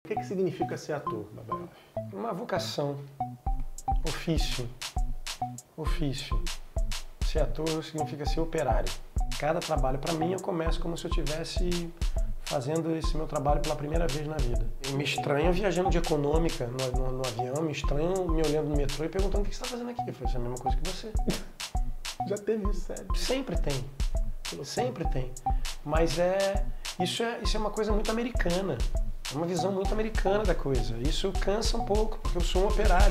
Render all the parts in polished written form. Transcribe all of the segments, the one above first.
O que significa ser ator, Babaioff? Uma vocação, ofício. Ser ator significa ser operário. Cada trabalho, para mim, eu começo como se eu estivesse fazendo esse meu trabalho pela primeira vez na vida. Eu me estranho viajando de econômica no avião, me estranho me olhando no metrô e perguntando o que você está fazendo aqui. Eu falei, isso é a mesma coisa que você. Já teve isso, sério? Sempre tem. Sempre tem. Mas isso é uma coisa muito americana. É uma visão muito americana da coisa. Isso cansa um pouco, porque eu sou um operário.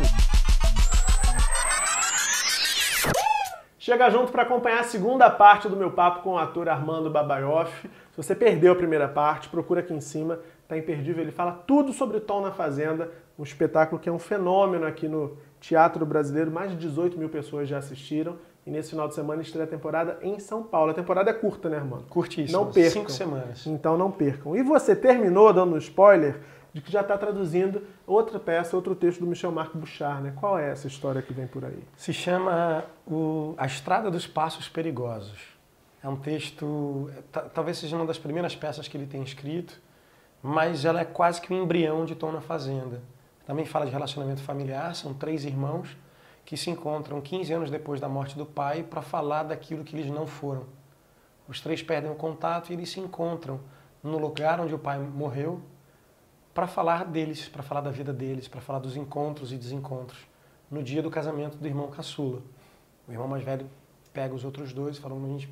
Chega junto para acompanhar a segunda parte do meu papo com o ator Armando Babaioff. Se você perdeu a primeira parte, procura aqui em cima, tá imperdível. Ele fala tudo sobre Tom na Fazenda, um espetáculo que é um fenômeno aqui no teatro brasileiro. Mais de 18 mil pessoas já assistiram. E nesse final de semana estreia a temporada em São Paulo. A temporada é curta, né, Armando? Curtíssima. Não percam. 5 semanas. Então não percam. E você terminou dando um spoiler de que já está traduzindo outra peça, outro texto do Michel-Marc Bouchard, né? Qual é essa história que vem por aí? Se chama A Estrada dos Passos Perigosos. É um texto, talvez seja uma das primeiras peças que ele tem escrito, mas ela é quase que um embrião de Tom na Fazenda. Também fala de relacionamento familiar, são 3 irmãos que se encontram 15 anos depois da morte do pai para falar daquilo que eles não foram. Os 3 perdem o contato e eles se encontram no lugar onde o pai morreu para falar deles, para falar da vida deles, para falar dos encontros e desencontros, no dia do casamento do irmão caçula. O irmão mais velho pega os outros 2 e fala,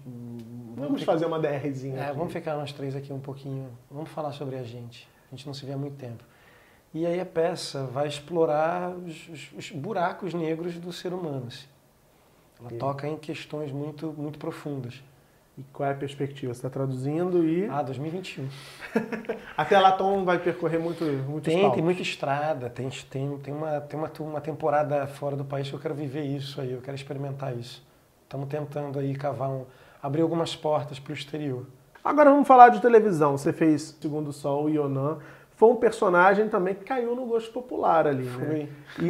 vamos fazer uma DRzinha aqui. Vamos ficar nós 3 aqui um pouquinho, vamos falar sobre a gente não se vê há muito tempo. E aí a peça vai explorar os buracos negros do ser humano. Assim. Ela toca em questões muito, muito profundas. E qual é a perspectiva? Você está traduzindo e... 2021. Até lá Tom vai percorrer muitos palcos. Tem muita estrada, tem uma temporada fora do país que eu quero viver isso aí, eu quero experimentar isso. Estamos tentando aí abrir algumas portas para o exterior. Agora vamos falar de televisão. Você fez Segundo o Sol, Ionan. Foi um personagem também que caiu no gosto popular ali, né?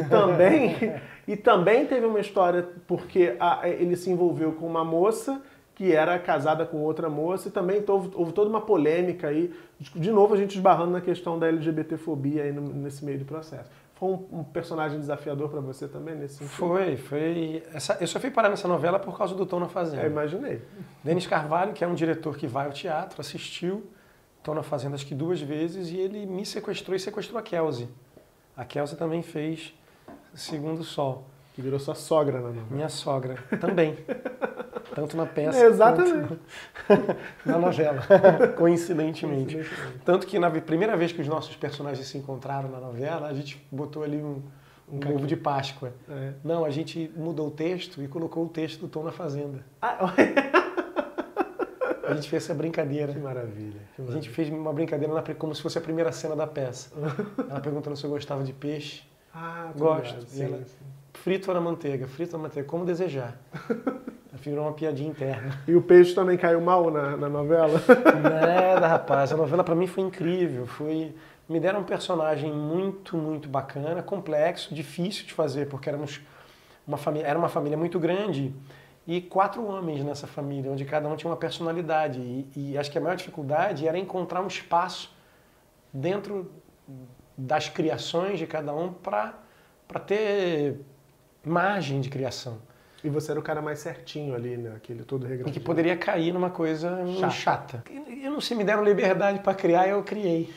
Foi. E também teve uma história, porque ele se envolveu com uma moça que era casada com outra moça, e também houve toda uma polêmica aí, de novo a gente esbarrando na questão da LGBTfobia aí nesse meio do processo. Foi um personagem desafiador para você também, nesse sentido? Foi. Eu só fui parar nessa novela por causa do Tom na Fazenda. Eu imaginei. Denis Carvalho, que é um diretor que vai ao teatro, assistiu Tom na Fazenda acho que 2 vezes, e ele me sequestrou e sequestrou a Kelsey. A Kelsey também fez Segundo o Sol. Que virou sua sogra na novela. Minha sogra, também. Tanto na peça exatamente. quanto na novela, coincidentemente. Tanto que na primeira vez que os nossos personagens se encontraram na novela, a gente botou ali um ovo de Páscoa. É. Não, a gente mudou o texto e colocou o texto do Tom na Fazenda. A gente fez essa brincadeira. Que maravilha. A gente fez uma brincadeira como se fosse a primeira cena da peça. Ela perguntando se eu gostava de peixe. Gosto. Sim, ela, frito ou na manteiga? Frito ou na manteiga? Como desejar. Virou uma piadinha interna. E o peixe também caiu mal na novela? Nada, rapaz. A novela pra mim foi incrível. Me deram um personagem muito, muito bacana, complexo, difícil de fazer, porque era uma família muito grande e 4 homens nessa família, onde cada um tinha uma personalidade. E acho que a maior dificuldade era encontrar um espaço dentro das criações de cada um para ter margem de criação. E você era o cara mais certinho ali, né? Aquele todo regradinho. E que poderia cair numa coisa chata. Eu não sei, me deram liberdade para criar e eu criei.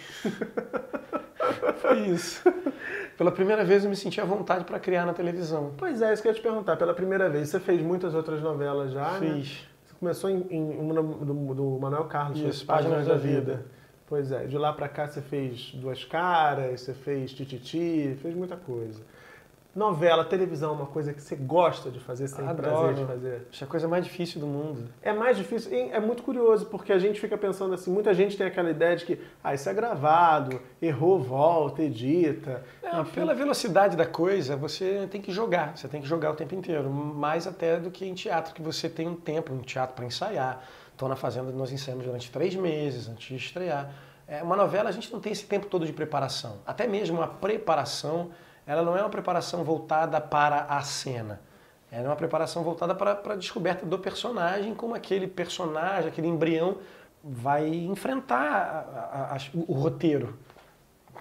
Foi isso. Pela primeira vez eu me senti à vontade para criar na televisão. Pois é, isso que eu ia te perguntar. Pela primeira vez, você fez muitas outras novelas já, Fiz. Né? Você começou em uma do Manuel Carlos. Isso, Páginas da Vida. Pois é, de lá pra cá você fez Duas Caras, você fez Tititi, fez muita coisa. Novela, televisão, uma coisa que você gosta de fazer, você tem prazer de fazer? Acho a coisa mais difícil do mundo. É mais difícil, é muito curioso, porque a gente fica pensando assim, muita gente tem aquela ideia de que isso é gravado, errou, volta, edita. Não, pela velocidade da coisa, você tem que jogar o tempo inteiro, mais até do que em teatro, que você tem um tempo no teatro para ensaiar. Tô na Fazenda, nós ensaiamos durante 3 meses antes de estrear. Uma novela, a gente não tem esse tempo todo de preparação. Até mesmo a preparação, ela não é uma preparação voltada para a cena. Ela é uma preparação voltada para a descoberta do personagem, como aquele personagem, aquele embrião vai enfrentar o roteiro.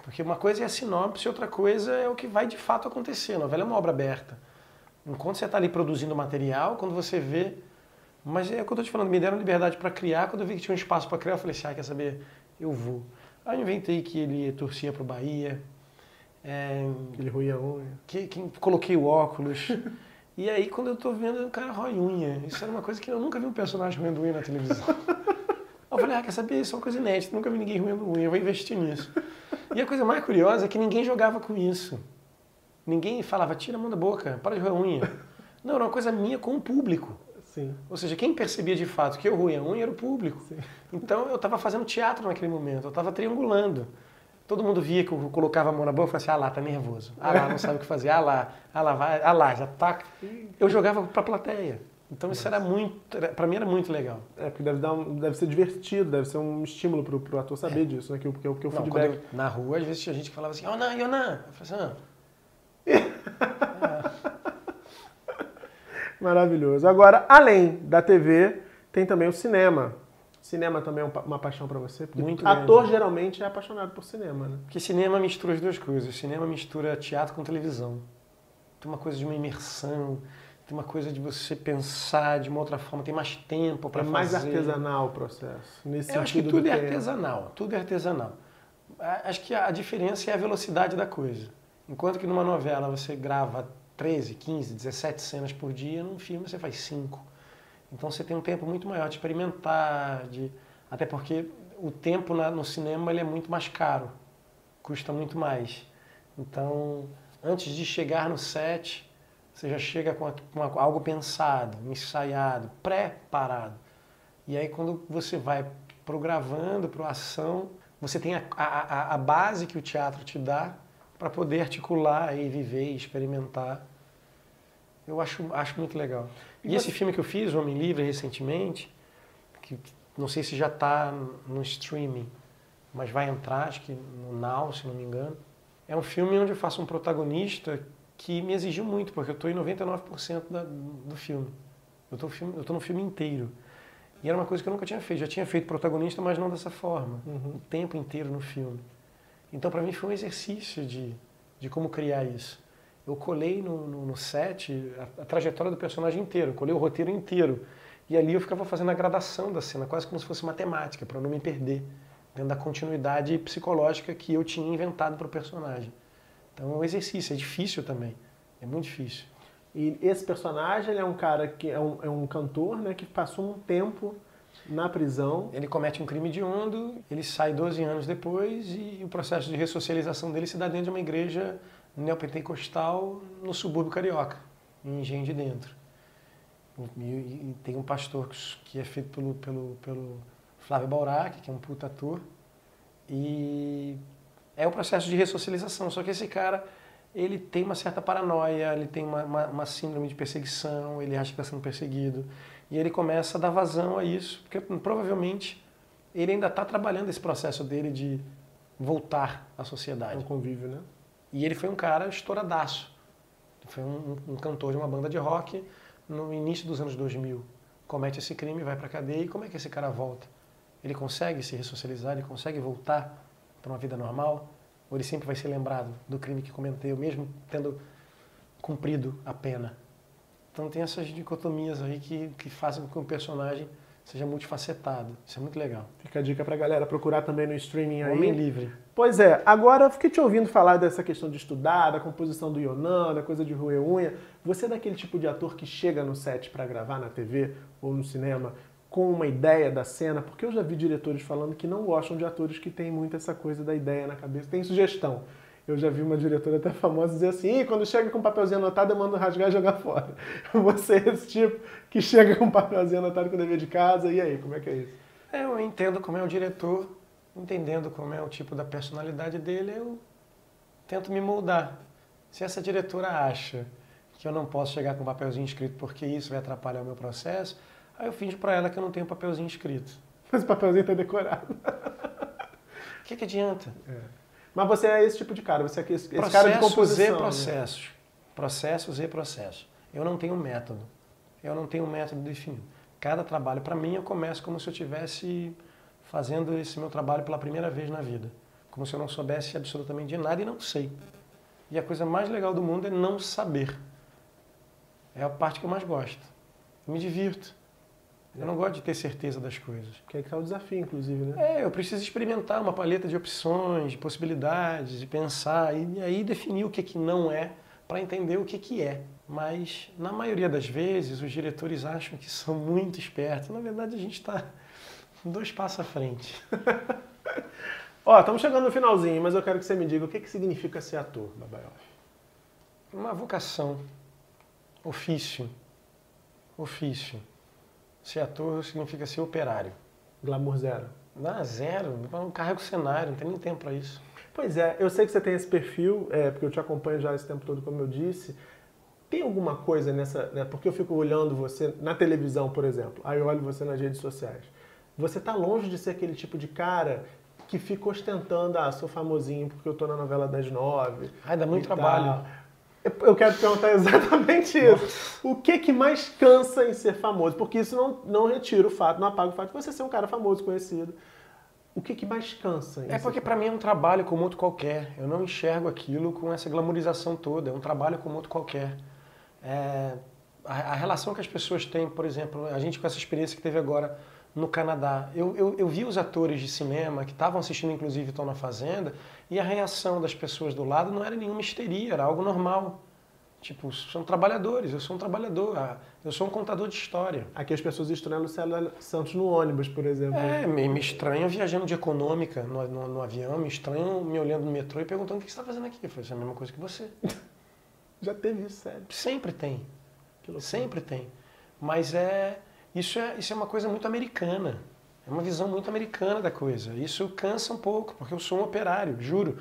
Porque uma coisa é a sinopse, outra coisa é o que vai de fato acontecer. A novela é uma obra aberta. Enquanto você está ali produzindo material, quando você vê... Mas é o que eu estou te falando, me deram liberdade para criar. Quando eu vi que tinha um espaço para criar, eu falei assim, quer saber? Eu vou. Aí eu inventei que ele torcia para o Bahia. Ele ruía a unha. Que coloquei o óculos. E aí, quando eu tô vendo, o cara rói unha. Isso era uma coisa que eu nunca vi um personagem roendo unha na televisão. Eu falei, quer saber? Isso é uma coisa inédita. Nunca vi ninguém roendo unha, eu vou investir nisso. E a coisa mais curiosa é que ninguém jogava com isso. Ninguém falava, tira a mão da boca, para de roer unha. Não, era uma coisa minha com o público. Sim. Ou seja, quem percebia de fato que eu roía a unha era o público. Sim. Então eu estava fazendo teatro naquele momento, eu estava triangulando. Todo mundo via que eu colocava a mão na boca e falava assim, tá nervoso. Lá, não sabe o que fazer. Lá, já tá. Eu jogava pra plateia. Então isso era muito, pra mim era muito legal. Porque deve ser divertido, deve ser um estímulo pro ator saber disso, né? Porque o feedback... Na rua, às vezes tinha gente que falava assim, Yonan. Eu falei assim, Maravilhoso. Agora, além da TV, tem também o cinema. Cinema também é uma paixão para você? Porque muito ator grande. geralmente é apaixonado por cinema, né? Porque cinema mistura as duas coisas. Cinema mistura teatro com televisão. Tem uma coisa de uma imersão, tem uma coisa de você pensar de uma outra forma, tem mais tempo para fazer. É mais artesanal o processo. Nesse Eu acho que sentido tudo é tempo. artesanal, tudo é artesanal. Acho que a diferença é a velocidade da coisa. Enquanto que numa novela você grava 13, 15, 17 cenas por dia, num filme você faz 5. Então você tem um tempo muito maior de experimentar, até porque o tempo no cinema ele é muito mais caro, custa muito mais. Então, antes de chegar no set, você já chega com algo pensado, ensaiado, preparado. E aí quando você vai pro gravando, pro ação, você tem a base que o teatro te dá para poder articular e viver e experimentar. Eu acho muito legal. E esse filme que eu fiz, O Homem Livre, recentemente, que não sei se já está no streaming, mas vai entrar, acho que no Now, se não me engano. É um filme onde eu faço um protagonista que me exigiu muito, porque eu estou em 99% do filme. Eu estou no filme inteiro. E era uma coisa que eu nunca tinha feito. Já tinha feito protagonista, mas não dessa forma. O tempo inteiro no filme. Então, para mim, foi um exercício de como criar isso. Eu colei no set a trajetória do personagem inteiro, eu colei o roteiro inteiro. E ali eu ficava fazendo a gradação da cena, quase como se fosse matemática, para não me perder dentro da continuidade psicológica que eu tinha inventado para o personagem. Então é um exercício, é difícil também, é muito difícil. E esse personagem ele é um cara que é um cantor, né, que passou um tempo na prisão. Ele comete um crime hediondo, ele sai 12 anos depois e o processo de ressocialização dele se dá dentro de uma igreja neopentecostal no subúrbio carioca, em Engenho de Dentro. E tem um pastor que é feito pelo Flávio Baurac, que é um puta ator, e é o processo de ressocialização, só que esse cara, ele tem uma certa paranoia, ele tem uma síndrome de perseguição, ele acha que está sendo perseguido, e ele começa a dar vazão a isso, porque provavelmente ele ainda está trabalhando esse processo dele de voltar à sociedade. É um convívio, né? E ele foi um cara estouradaço. Foi um cantor de uma banda de rock no início dos anos 2000. Comete esse crime, vai pra cadeia, e como é que esse cara volta? Ele consegue se ressocializar, ele consegue voltar para uma vida normal? Ou ele sempre vai ser lembrado do crime que cometeu, mesmo tendo cumprido a pena? Então tem essas dicotomias aí que fazem com que o personagem seja multifacetado. Isso é muito legal. Fica a dica pra galera procurar também no streaming aí. Homem Livre. Pois é, agora eu fiquei te ouvindo falar dessa questão de estudar, da composição do Yonan, da coisa de roer unha. Você é daquele tipo de ator que chega no set pra gravar na TV ou no cinema com uma ideia da cena? Porque eu já vi diretores falando que não gostam de atores que têm muito essa coisa da ideia na cabeça. Tem sugestão. Eu já vi uma diretora até famosa dizer assim, quando chega com um papelzinho anotado, eu mando rasgar e jogar fora. Você é esse tipo que chega com um papelzinho anotado com o dever de casa, e aí, como é que é isso? Eu entendo como é o diretor, entendendo como é o tipo da personalidade dele, eu tento me moldar. Se essa diretora acha que eu não posso chegar com um papelzinho escrito porque isso vai atrapalhar o meu processo, aí eu finjo para ela que eu não tenho papelzinho escrito. Mas o papelzinho está decorado. O que adianta? Mas você é esse tipo de cara, você é esse cara de composição. Processos e processos. Né? Processos e processos. Eu não tenho método. Eu não tenho método definido. Cada trabalho, para mim, eu começo como se eu estivesse fazendo esse meu trabalho pela primeira vez na vida. como se eu não soubesse absolutamente de nada e não sei. E a coisa mais legal do mundo é não saber. É a parte que eu mais gosto. Eu me divirto. Eu não gosto de ter certeza das coisas. Que é que tá o desafio, inclusive, né? Eu preciso experimentar uma paleta de opções, de possibilidades, de pensar e aí definir o que não é para entender o que é. Mas, na maioria das vezes, os diretores acham que são muito espertos. Na verdade, a gente está 2 passos à frente. Ó, estamos chegando no finalzinho, mas eu quero que você me diga o que significa ser ator, Babaioff. Uma vocação, ofício. Ser ator significa ser operário. Glamour zero. Dá zero, eu não carrego cenário, não tem nem tempo para isso. Pois é, eu sei que você tem esse perfil, porque eu te acompanho já esse tempo todo, como eu disse. Tem alguma coisa nessa, né, porque eu fico olhando você na televisão, por exemplo, aí eu olho você nas redes sociais. Você tá longe de ser aquele tipo de cara que fica ostentando, sou famosinho porque eu tô na novela das 9. Ai, dá muito trabalho. Eu quero te perguntar exatamente isso. O que mais cansa em ser famoso? Porque isso não retira o fato, não apaga o fato de você ser um cara famoso, conhecido. O que mais cansa? É porque para mim é um trabalho como outro qualquer. Eu não enxergo aquilo com essa glamorização toda. É um trabalho como outro qualquer. A relação que as pessoas têm, por exemplo, a gente com essa experiência que teve agora no Canadá. Eu vi os atores de cinema que estavam assistindo, inclusive, Estão na Fazenda, e a reação das pessoas do lado não era nenhuma histeria, era algo normal. Tipo, são trabalhadores, eu sou um trabalhador, eu sou um contador de história. Aqui as pessoas estranham a Lucélia Santos no ônibus, por exemplo. Me estranham viajando de econômica no avião, me estranham me olhando no metrô e perguntando o que você está fazendo aqui. Eu falei, isso é a mesma coisa que você. Já teve isso, sério? Sempre tem. Sempre tem. Mas isso é uma coisa muito americana. É uma visão muito americana da coisa. Isso cansa um pouco, porque eu sou um operário, juro.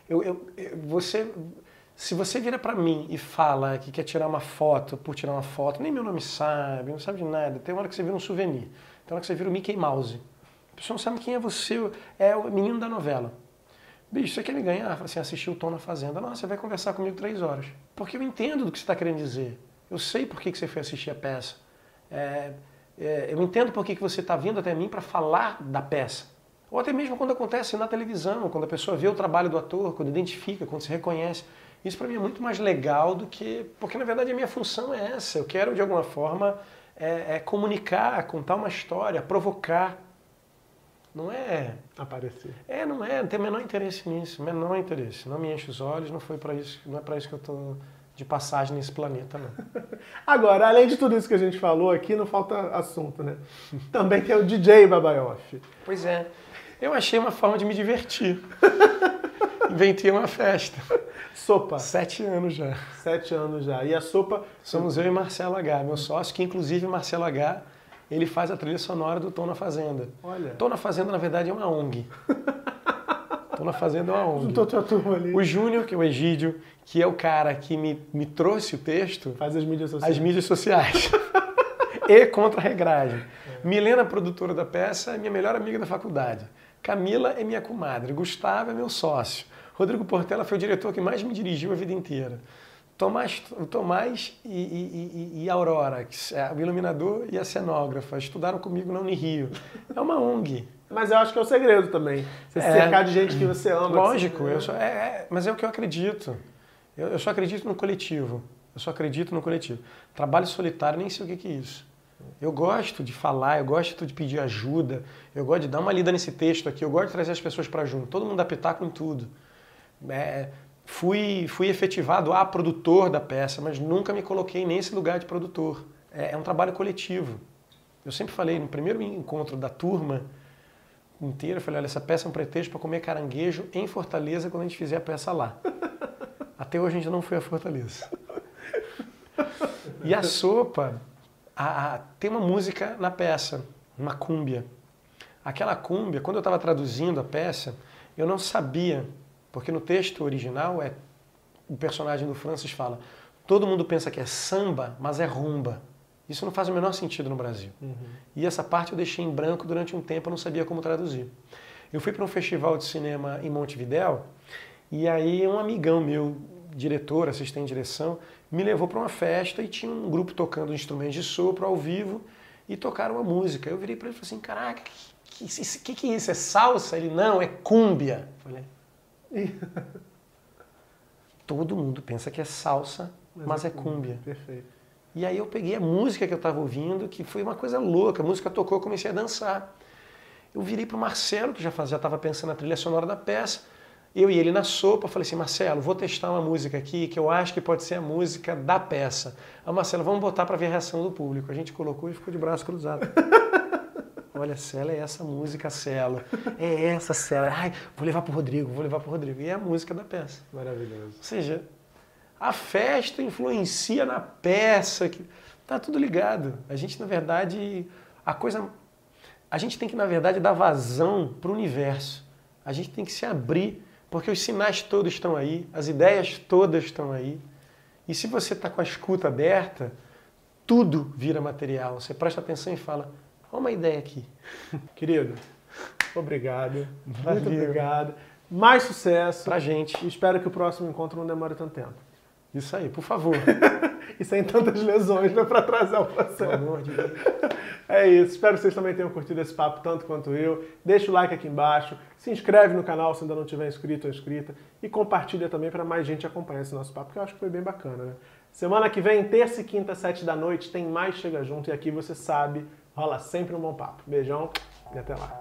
Se você vira pra mim e fala que quer tirar uma foto por tirar uma foto, nem meu nome sabe, não sabe de nada. Tem uma hora que você vira um souvenir. Tem uma hora que você vira o Mickey Mouse. A pessoa não sabe quem é você, é o menino da novela. Bicho, você quer me ganhar? Fala assim, assistir o Tom na Fazenda. Não, você vai conversar comigo 3 horas. Porque eu entendo do que você está querendo dizer. Eu sei por que você foi assistir a peça. Eu entendo por que você está vindo até mim para falar da peça. Ou até mesmo quando acontece na televisão, quando a pessoa vê o trabalho do ator, quando identifica, quando se reconhece. Isso para mim é muito mais legal do que... Porque na verdade a minha função é essa. Eu quero de alguma forma comunicar, contar uma história, provocar. Não é... Aparecer. Não tem o menor interesse nisso, menor interesse. Não me enche os olhos, não foi para isso, não é para isso que eu estou de passagem nesse planeta, não. Agora, além de tudo isso que a gente falou aqui, não falta assunto, né? Também tem o DJ Babaioff. Pois é. Eu achei uma forma de me divertir. Inventei uma festa. Sopa. 7 anos já. 7 anos já. E a Sopa... Somos eu e Marcelo H, meu sócio, que inclusive Marcelo H, ele faz a trilha sonora do Tom na Fazenda. Olha. Tom na Fazenda, na verdade, é uma ONG. Tom na Fazenda é uma ONG. Juntou tua turma ali. O Júnior, que é o Egídio, que é o cara que me trouxe o texto... Faz as mídias sociais. As mídias sociais. E contra-regragem. Milena, produtora da peça, é minha melhor amiga da faculdade. Camila é minha comadre. Gustavo é meu sócio. Rodrigo Portela foi o diretor que mais me dirigiu a vida inteira. Tomás e Aurora, o iluminador e a cenógrafa, estudaram comigo na Unirio. É uma ONG. Mas eu acho que é o segredo também. Você se cercar de gente que você ama. Lógico, mas é o que eu acredito. Eu só acredito no coletivo. Trabalho solitário, nem sei o que é isso. Eu gosto de falar, eu gosto de pedir ajuda, eu gosto de dar uma lida nesse texto aqui, eu gosto de trazer as pessoas para junto. Todo mundo dá pitaco em tudo. Fui efetivado a produtor da peça, mas nunca me coloquei nesse lugar de produtor. É um trabalho coletivo. Eu sempre falei, no primeiro encontro da turma inteira, eu falei, olha, essa peça é um pretexto para comer caranguejo em Fortaleza quando a gente fizer a peça lá. Até hoje a gente não foi a Fortaleza. E a Sopa, tem uma música na peça, uma cúmbia. Aquela cúmbia, quando eu estava traduzindo a peça, eu não sabia, porque no texto original o personagem do Francis fala, todo mundo pensa que é samba, mas é rumba. Isso não faz o menor sentido no Brasil. E essa parte eu deixei em branco durante um tempo, eu não sabia como traduzir. Eu fui para um festival de cinema em Montevidéu, e aí um amigão meu, diretor, assistente de direção, me levou para uma festa e tinha um grupo tocando instrumentos de sopro ao vivo e tocaram uma música. Eu virei para ele e falei assim, caraca, que é isso? É salsa? Ele, não, é cúmbia. Eu falei, Todo mundo pensa que é salsa, mas é cúmbia. Perfeito. E aí eu peguei a música que eu estava ouvindo, que foi uma coisa louca. A música tocou, eu comecei a dançar. Eu virei para o Marcelo, que já estava pensando na trilha sonora da peça. Eu e ele na sopa, falei assim, Marcelo, vou testar uma música aqui que eu acho que pode ser a música da peça. Ah, Marcelo, vamos botar para ver a reação do público. A gente colocou e ficou de braço cruzado. Olha, Cela, é essa música, Cela. É essa, Cela. Ai, vou levar pro Rodrigo, vou levar pro Rodrigo. E é a música da peça. Maravilhoso. Ou seja, a festa influencia na peça. Tá tudo ligado. A gente, na verdade, a gente tem que, na verdade, dar vazão pro universo. A gente tem que se abrir, porque os sinais todos estão aí, as ideias todas estão aí. E se você está com a escuta aberta, tudo vira material. Você presta atenção e fala, olha uma ideia aqui. Querido, obrigado. Valeu. Muito obrigado. Mais sucesso. Pra gente. E espero que o próximo encontro não demore tanto tempo. Isso aí, por favor. E sem tantas lesões, né, para atrasar o processo. Pelo amor de Deus. É isso. Espero que vocês também tenham curtido esse papo tanto quanto eu. Deixa o like aqui embaixo. Se inscreve no canal se ainda não tiver inscrito ou inscrita. E compartilha também para mais gente acompanhar esse nosso papo, que eu acho que foi bem bacana, né? Semana que vem, terça e quinta, 7 da noite, tem mais Chega Junto. E aqui você sabe, rola sempre um bom papo. Beijão e até lá.